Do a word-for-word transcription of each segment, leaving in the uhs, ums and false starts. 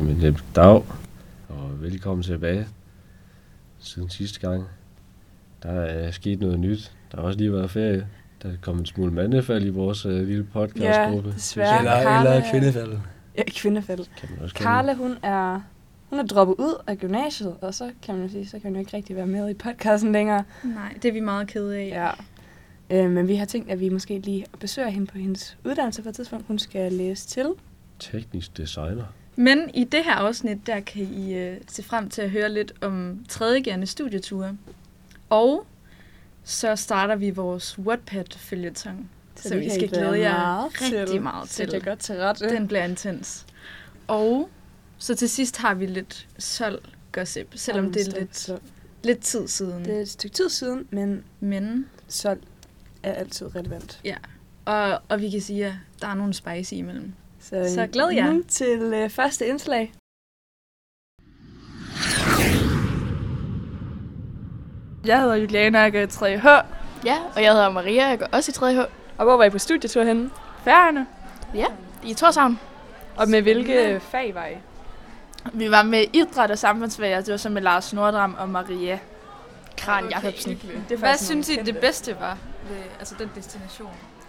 Jamen, nemt dag, og velkommen tilbage. Siden sidste gang, der er sket noget nyt. Der har også lige været ferie. Der er kommet en smule mandefald i vores uh, lille podcastgruppe. Ja, desværre. Eller, Karla, eller kvindefald. Ja, kvindefald. Kan man også Karla, hun er, hun er droppet ud af gymnasiet, og så kan man sige, så kan hun jo ikke rigtig være med i podcasten længere. Nej, det er vi meget kede af. Ja. Øh, men vi har tænkt, at vi måske lige besøger hende på hendes uddannelse på et tidspunkt. Hun skal læse til teknisk designer. Men i det her afsnit, der kan I uh, se frem til at høre lidt om tredjegærende studieture. Og så starter vi vores Wattpad-følgetong, så, så vi skal glæde jer rigtig til. meget til. Det er godt til ret. Den bliver intens. Og så til sidst har vi lidt Sol-gossip, selvom det er lidt, lidt tid siden. Det er et stykke tid siden, men, men Sol er altid relevant. Ja, og, og vi kan sige, at der er nogle spicy imellem. Så, så glæd jer. Nu til øh, første indslag. Jeg hedder Juliana, jeg går i tredje H. Ja, og jeg hedder Maria, jeg går også i tredje H. Og hvor var I på studietur henne? Færøerne? Ja, i Tórshavn. Og med hvilke fag var I? Vi var med idræt og samfundsfag, og det var så med Lars Nordram og Maria Kran Jacobsen. Okay. Hvad synes I det bedste var ved altså den destination?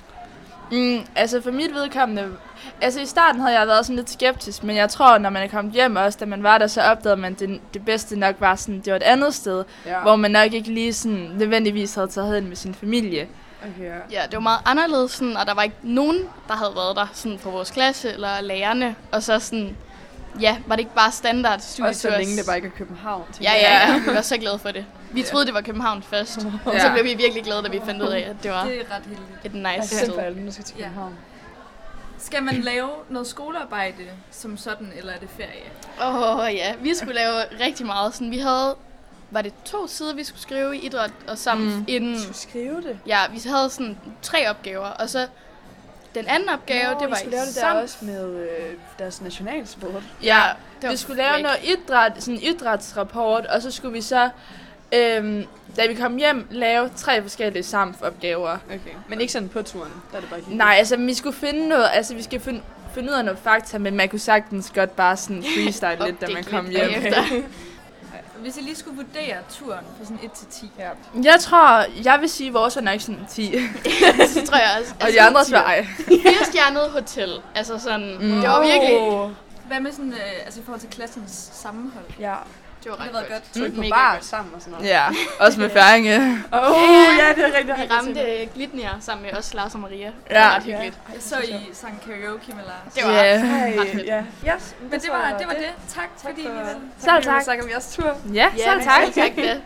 Mm, altså for mit vedkommende, altså i starten havde jeg været sådan lidt skeptisk, men jeg tror, når man er kommet hjem også, da man var der, så opdagede man, at det, det bedste nok var sådan, det var et andet sted, ja. Hvor man nok ikke lige sådan nødvendigvis havde taget hen med sin familie. Okay, ja. Ja, det var meget anderledes, sådan, og der var ikke nogen, der havde været der sådan fra vores klasse eller lærerne, og så sådan, ja, var det ikke bare standard studietur. Og så længe det bare ikke er København. Ja, ja, ja, vi var så glade for det. Vi ja. troede, det var København først, og ja. så blev vi virkelig glade, da vi fandt ud af, at det var det er ret heldigt. Et nice sted. Jeg skal til København. Ja. Skal man lave noget skolearbejde som sådan, eller er det ferie? Åh oh, ja, vi skulle lave rigtig meget. Sådan, vi havde, var det to sider, vi skulle skrive i idræt og sammen mm. inden. Vi skulle skrive det? Ja, vi havde sådan tre opgaver, og så den anden opgave, Nå, det var I skulle lave det der også med øh, deres nationalsport. Ja, vi skulle lave noget idræt, sådan en idrætsrapport, og så skulle vi så, øhm, da vi kom hjem, lave tre forskellige samfundsopgaver. Okay, men ikke sådan på turen? Der er det bare ikke Nej, altså vi skulle finde noget, altså vi skal finde, finde ud af noget fakta, men man kunne sagtens godt bare sådan freestyle lidt, da man kom hjem. Efter. Hvis I lige skulle vurdere turen fra sådan et til ti. Ja. Jeg tror, jeg vil sige, at vores var nok sådan ti. Det tror jeg også. Og de andres var ej. Fire stjernet hotel. Altså sådan, mm. det var virkelig. Hvad med sådan, øh, altså i forhold til klassens sammenhold? Ja. Det var ret det var godt. Tryk mm, på bar sammen og sådan noget. Ja, også med færinge. Åh, oh, ja, det er rigtig. Vi ramte Glitnir sammen med os, Lars og Maria. Det ja. var ret hyggeligt. Jeg så I sang karaoke med Lars. Det var yeah. ret fedt. Ja. Yes, men det var det. Var det. Tak, tak fordi I ville. Tak, tak. Tak om jeres tur. Ja, ja så tak. tak det.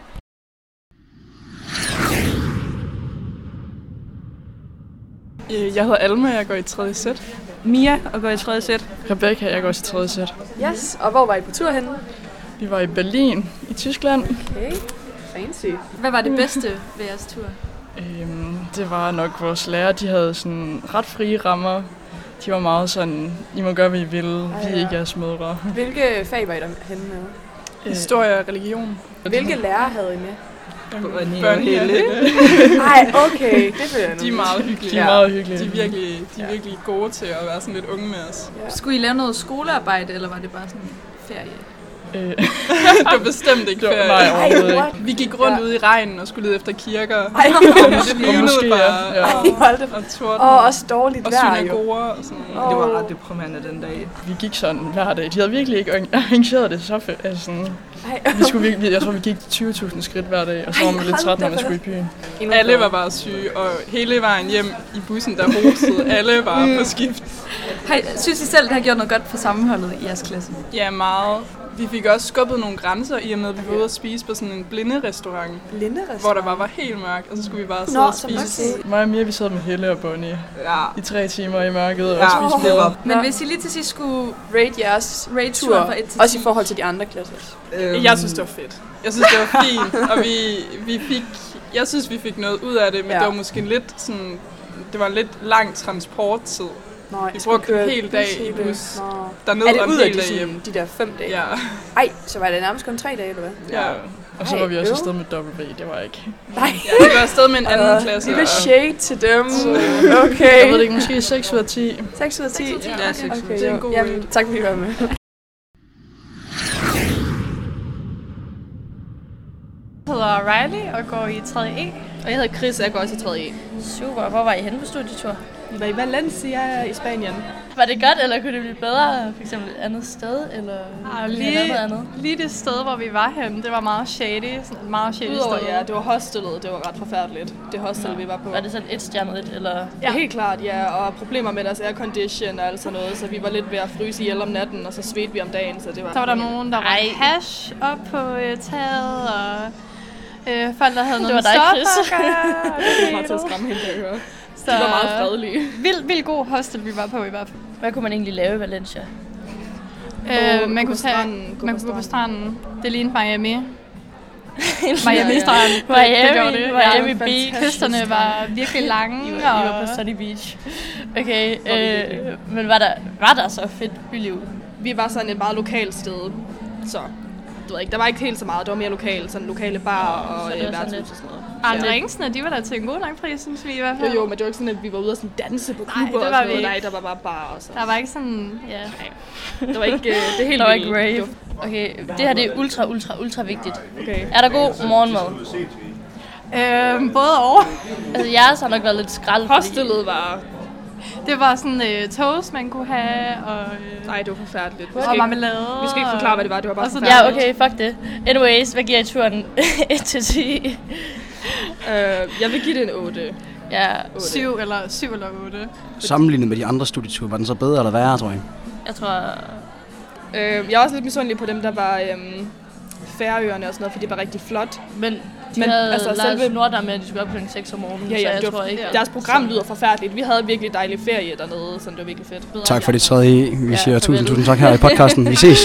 Jeg hedder Alma, jeg går i tredje sæt. Mia, og går i tredje sæt. Rebecca, jeg går i tredje sæt. Yes, og hvor var I på tur henne? Vi var i Berlin i Tyskland. Okay, fancy. Hvad var det bedste ved jeres tur? Øhm, det var nok vores lærer, de havde sådan ret frie rammer. De var meget sådan, I må gøre, hvad I vil, vi er ikke jeres mødre. Hvilke fag var I der henne med? Øh, Historie og religion. Hvilke lærere havde I med? Børn hele. Nej, okay, det vil jeg nu. De er meget hyggelige. De er meget hyggelige. De er virkelig, de er virkelig gode til at være sådan lidt unge med os. Ja. Skulle I lave noget skolearbejde, eller var det bare sådan ferie? Øh. Det var bestemt ikke ferie. Nej, overhovedet ikke. Vi gik rundt ja. ude i regnen og skulle lede efter kirker. Ej, og det lignede bare. Ja. Og, og torden. Og også dårligt og vejr, synagoger og sådan oh. Det var ret deprimerende den dag. Vi gik sådan hver dag. De havde virkelig ikke arrangeret det så fedt. Altså sådan, vi skulle virkelig, jeg tror, vi gik tyve tusind skridt hver dag, og så var man lidt træt, når man skulle i byen. Alle var bare syge, og hele vejen hjem i bussen, der hostede. Alle var mm. på skift. Hej, synes I selv, det har gjort noget godt for sammenholdet i jeres klasse? Ja, meget. Vi fik også skubbet nogle grænser i og med, at vi var ude og spise på sådan en blinderestaurant. Blinderestaurant? Hvor der bare var helt mørkt, og så skulle vi bare sidde Nå, og spise. Mig og Mia, vi sad med Helle og Bonnie ja. i tre timer i mørket ja. og spiste mad. Men hvis I lige til sidst skulle rate jeres rate tur fra et til ti. Også i forhold til de andre klasser. Øhm. Jeg synes, det var fedt. Jeg synes, det var fint, og vi, vi fik... Jeg synes, vi fik noget ud af det, men ja. det var måske lidt sådan... Det var en lidt lang transporttid. Nå, vi brugte en hel dag i bus dernede og en hel dag hjem. De der fem dage? Ja. Ej, så var det nærmest kun tre dage, eller hvad? Ja. Og så var vi også afsted med W, det var ikke... Nej. Ja, vi var afsted med en anden uh, klasse. Lille shade til dem. Okay. Jeg ved det ikke, måske seks ud af ti. seks ud af ti? Ja, seks ud af ti. Det er en god Jamen, tak fordi I var med. hedder Riley og går i tredje E. Og jeg hedder Chris, og jeg går også i tredje E. Super. Hvor var I henne på studietur? Vi var i Valencia i Spanien. Var det godt, eller kunne det blive bedre? For eksempel et andet sted, eller ah, lige, noget andet? Lige det sted, hvor vi var henne, det var meget shady. Sådan et meget shady Udover, sted. ja, det var hostelet. Det var ret forfærdeligt. Det hostel, ja. vi var på. Var det sådan et stjernet, eller? Ja, helt klart, ja. Og problemer med deres aircondition og alt sådan noget. Så vi var lidt ved at fryse ihjel om natten, og så svedte vi om dagen. Så det var... Så var der nogen, der var hash op på øh, taget, og øh, folk, der havde noget stoffer. Det var meget til at skræmme hende, jeg hører. Så de var meget fredelige. Vildt, vildt god hostel, vi var på i hvert fald. Hvad kunne man egentlig lave i Valencia? Øh, man kunne tage, man kunne gå på stranden. Det lignede Miami. Miami-stranden. Miami, det, det Miami Beach. Kysterne var virkelig lange. I var, og... I var på Sunny Beach. Okay, øh, men var der, var der så fedt byliv? Vi var sådan et meget lokalt sted, så du ved ikke, der var ikke helt så meget. Det var mere lokalt, sådan lokale bar og øh, værtshus og sådan noget. Ah, ja. Drinksene, de var der til en god nok pris, synes vi i hvert fald. Jo, jo, men det var ikke sådan, at vi var ude og sådan danse på klubber og sådan noget. Nej, der var bare bar og så. Der var ikke sådan, ja. Nej. Der var ikke, uh, det helt der var ikke rave. Okay, det her det er ultra, ultra, ultra vigtigt. Okay. Er der god morgenmad? Øhm, både og. Altså, jeres har nok været lidt skrald. Hostelet var... Det var sådan øh, toast, man kunne have, og... Øh, Nej, det var forfærdeligt. Og marmelade. Vi skal ikke forklare, hvad det var. Det var bare og forfærdeligt. Ja, okay, fuck det. Anyways, hvad giver I turen et til ti? Uh, jeg vil give det en otte. Ja, syv eller syv eller otte. Sammenlignet med de andre studieture, var den så bedre eller værre, tror jeg? Jeg tror... Uh, jeg er også lidt misundelig på dem, der var um, Færøerne og sådan noget, for det var rigtig flot. Men de Men, havde altså, lavet selve... Nordam med, at de skulle op klokken seks om morgenen, ja, ja, så jeg det tror var, ikke... Deres program lyder forfærdeligt. Vi havde virkelig dejlig ferie dernede, så det var virkelig fedt. Bedre tak for det tredje. Vi ja, siger tusind, tusind tak her i podcasten. Vi ses.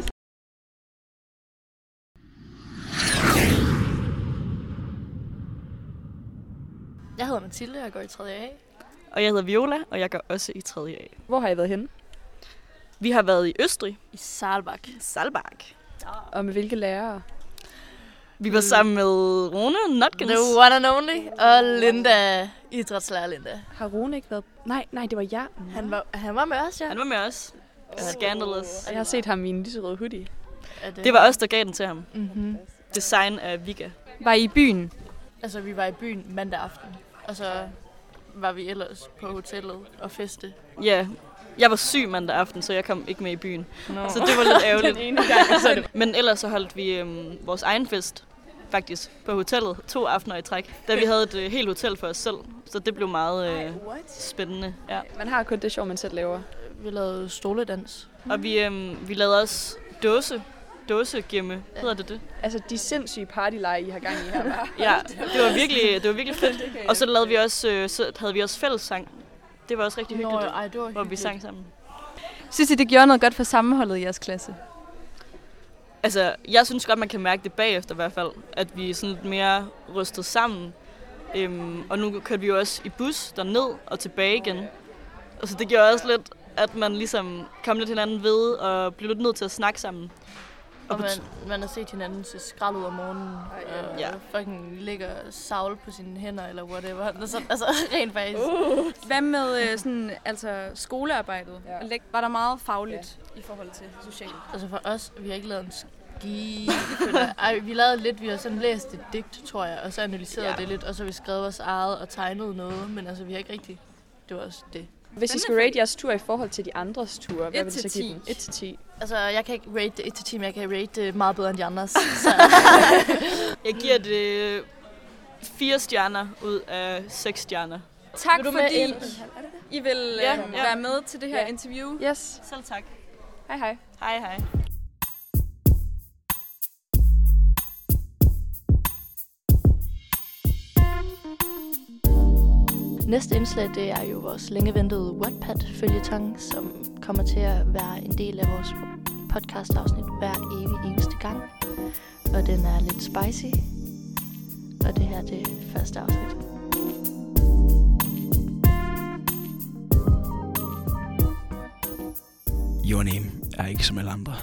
Jeg hedder Mathilde, og jeg går i tredje A. Og jeg hedder Viola, og jeg går også i tredje A. Hvor har I været henne? Vi har været i Østrig. I Saalbach. Saalbach. Ja. Og med hvilke lærere? Vi var sammen med Rune Notgens. The one and only. Og Linda, idrætslærer Linda. Har Rune ikke været... Nej, nej, det var jeg. Han var, han var med os, ja. Han var med os. Oh. Scandalous. Og jeg har set ham i en lyserød hoodie. Det? det var os, der gav den til ham. Mm-hmm. Design af Vika. Var I i byen? Altså, vi var i byen mandag aften. Og så var vi ellers på hotellet og feste. Ja, yeah. Jeg var syg mandag aften, så jeg kom ikke med i byen. No. Så det var lidt ærgerligt. Den ene gang, altså. Men ellers så holdt vi øhm, vores egen fest, faktisk, på hotellet to aftener i træk. Da vi havde et øh, helt hotel for os selv, så det blev meget øh, spændende. Ja. Man har kun det sjov, man selv laver. Vi lavede stoledans. Og vi, øhm, vi lavede også dåse. Dåsegemme, ja. Hedder det det? Altså de sindssyge partyleje, I har gang i her, var. Ja, det var virkelig, det var virkelig fedt. Og så lavede vi også, øh, så havde vi også fællessang. Det var også rigtig hyggeligt, Nå, ej, det var hvor vi sang sammen. Synes I, det gjorde noget godt for sammenholdet i jeres klasse? Altså, jeg synes godt, man kan mærke det bagefter i hvert fald, at vi er sådan lidt mere rystet sammen. Øhm, og nu kørte vi jo også i bus derned og tilbage igen. Og så det gjorde også lidt, at man ligesom kom lidt hinanden ved og blev lidt nødt til at snakke sammen. Og, og man, man har set hinanden se skrald ud om morgenen, og ja. fucking ligger savl på sine hænder, eller whatever. Altså, altså rent faktisk. Uh. Hvad med øh, sådan, altså, skolearbejdet? Ja. Var der meget fagligt ja. I forhold til socialt? Altså for os, vi har ikke lavet en ski. Ej, vi lavede lidt, vi har sådan læst et digt, tror jeg, og så analyseret ja. det lidt, og så har vi skrevet vores eget og tegnet noget, men altså vi har ikke rigtig, det var også det. Hvis I skulle rate jeres tur i forhold til de andres ture, hvad vil I så give den? et til ti. Altså, jeg kan ikke rate det et til ti, men jeg kan rate det meget bedre end de andres. Så. Jeg giver det fire stjerner ud af seks stjerner. Tak vil fordi I vil ja, øh, ja. være med til det her ja. interview. Yes. Selv tak. Hej hej. Hej hej. Næste indslag, det er jo vores længeventede Wattpad-føljetong, som kommer til at være en del af vores podcast-afsnit hver evig eneste gang. Og den er lidt spicy. Og det her, det er første afsnit. Your Name er ikke som alle andre.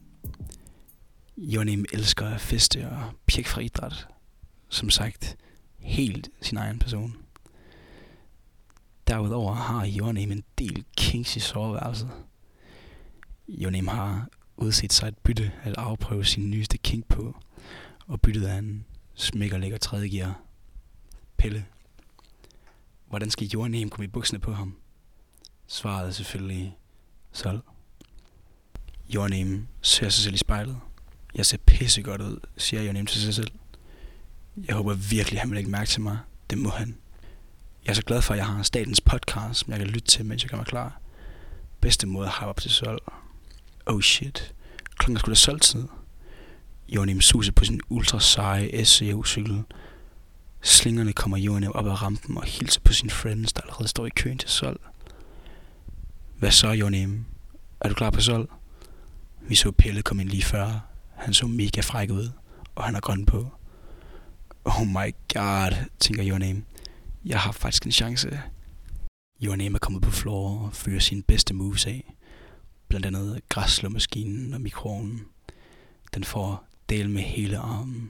Your Name elsker at feste og pjek fra idræt. Som sagt, helt sin egen person. Derudover har Your Name en del kinks i soveværelset. Your Name har udset sig et bytte at afprøve sin nyeste kink på, og byttet er en Smækker lægger tredje gear. Pelle. Hvordan skal Joachim komme i bukserne på ham? Svaret er selvfølgelig Sol. Joachim ser sig selv i spejlet. Jeg ser pissegodt ud, siger Joachim til sig selv. Jeg håber virkelig, han vil lægge mærke til mig. Det må han. Jeg er så glad for, at jeg har statens podcast, som jeg kan lytte til, mens jeg gør mig klar. Bedste måde at have op til Sol. Oh shit. Klokken er sgu da Sol-tid. Joachim suser på sin ultra seje S C U-cykel. Slingerne kommer Joachim op ad rampen og hilser på sine friends, der allerede står i køen til Sol. Hvad så, Joachim? Er du klar på Sol? Vi så Pelle komme ind lige før. Han så mega fræk ud, og han er grøn på. Oh my god, tænker Joachim. Jeg har faktisk en chance. Joachim er kommet på floor og fører sine bedste moves af. Blandt andet græsslåmaskinen og mikroovnen. Den får del med hele armen.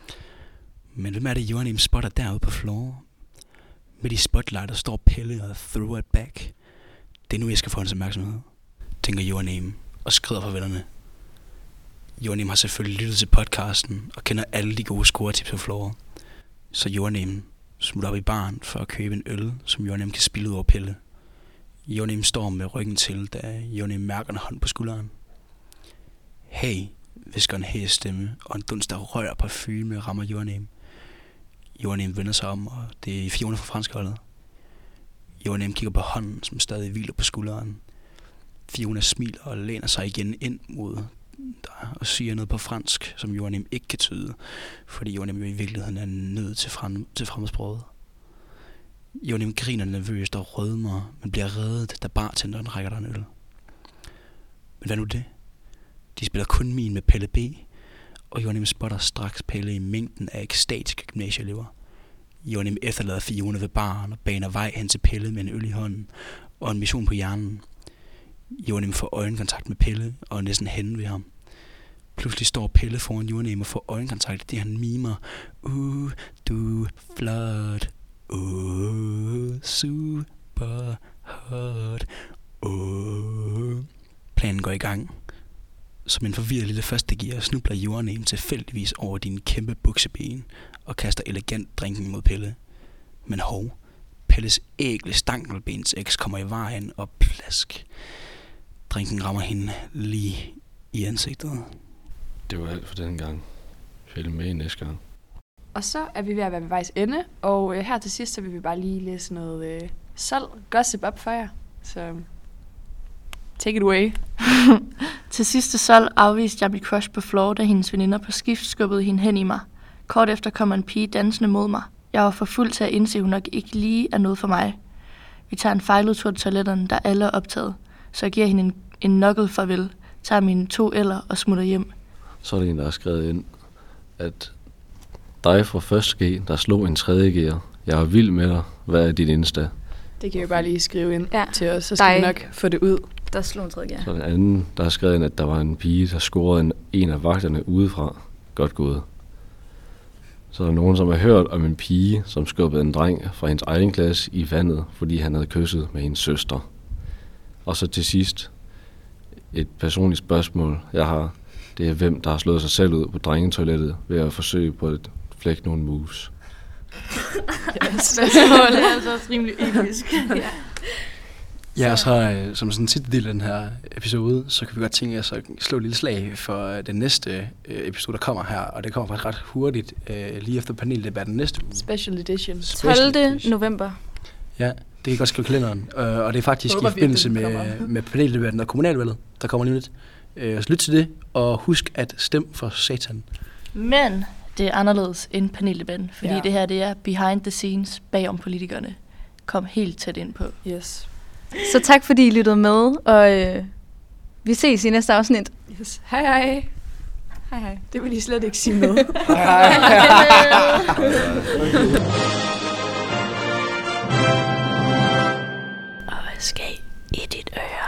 Men hvem er det, Joachim spotter derude på floor? Midt i spotlightet står Pelle og throw it back. Det er nu, jeg skal få hans opmærksomhed, tænker Joachim og skrider fra vennerne. Joachim har selvfølgelig lyttet til podcasten og kender alle de gode scoretips på floor. Så Joachim smutter op i baren for at købe en øl, som Joachim kan spille ud over Pelle. Joachim står med ryggen til, da Joachim mærker en hånd på skulderen. Hey, visker en hæs stemme, og en dunst, der rører parfume, rammer Joachim. Joachim vender sig om, og det er Fiona fra franskholdet. Joachim kigger på hånden, som stadig hviler på skulderen. Fiona smiler og læner sig igen ind mod dig og siger noget på fransk, som Joachim ikke kan tyde, fordi Joachim i virkeligheden er nødt til, frem, til fremmedsproget. Joachim griner nervøst og rødmer, men bliver reddet, da bartenderen rækker dig en øl. Men hvad nu det? De spiller kun min med Pelle B, og Joachim spotter straks Pelle i mængden af ekstatiske gymnasieelever. Joachim efterlader Fiona ved baren og baner vej hen til Pelle med en øl i hånden og en mission på hjernen. Joachim får øjenkontakt med Pelle og er næsten henne ved ham. Pludselig står Pelle foran Joachim og får øjenkontakt, det han mimer. Uh, du flot. Uh, super hot. Uh. Planen går i gang. Som en forvirret lille førstegear snubler Joachim tilfældigvis over dine kæmpe bukseben og kaster elegant drinken mod Pelle. Men hov, Pelles ægle stankelbens eks kommer i vejen og plask. Drinken rammer hende lige i ansigtet. Det var alt for den gang. Følg med næste gang. Og så er vi ved at være ved vejs ende, og øh, her til sidst, så vil vi bare lige læse noget øh, Sol gossip op for jer. Så take it away. Til sidste Sol afviste jeg mit crush på floor, da hendes veninder på skift skubbede hende hen i mig. Kort efter kommer en pige dansende mod mig. Jeg var for fuld til at indse, at hun nok ikke lige er noget for mig. Vi tager en fejlet tur til toiletterne, der alle er optaget. Så jeg giver hende en, en knuckle farvel, tager mine to eller og smutter hjem. Så er der en, der har skrevet ind, at dig fra første G, der slog en tredje gear. Jeg er vild med dig. Hvad er dit Insta? Det kan vi bare lige skrive ind ja. til os, så skal vi nok få det ud. Der slog en tredje gear. Så er der en anden, der har skrevet ind, at der var en pige, der scorede en, en af vagterne udefra. Godt gået. Så er der nogen, som har hørt om en pige, som skubbede en dreng fra hendes egen klasse i vandet, fordi han havde kysset med hendes søster. Og så til sidst, et personligt spørgsmål, jeg har, det er hvem, der har slået sig selv ud på drengetoilettet ved at forsøge på at flække nogle moves. Ja, spørgsmålet er altså også rimelig episk. Ja. Ja, og så øh, som sådan en sidste del af den her episode, så kan vi godt tænke os at slå et lille slag for øh, den næste øh, episode, der kommer her. Og det kommer faktisk ret hurtigt, øh, lige efter paneldebatten næste uge. Special edition. tolvte november. Ja, det kan I godt skrive kalenderen. Øh, og det er faktisk håber, i forbindelse med, med paneldebatten og kommunalvalget, der kommer lige lidt. Øh, så lyt til det, og husk at stemme for satan. Men det er anderledes end paneldebatten, fordi ja. det her det er behind the scenes bagom politikerne. Kom helt tæt ind på. Yes. Så tak fordi I lyttede med, og øh, vi ses i næste afsnit. Yes. Hej hej. Hej hej. Det vil I slet ikke sige med. Hej hej. Og skal i dit øre.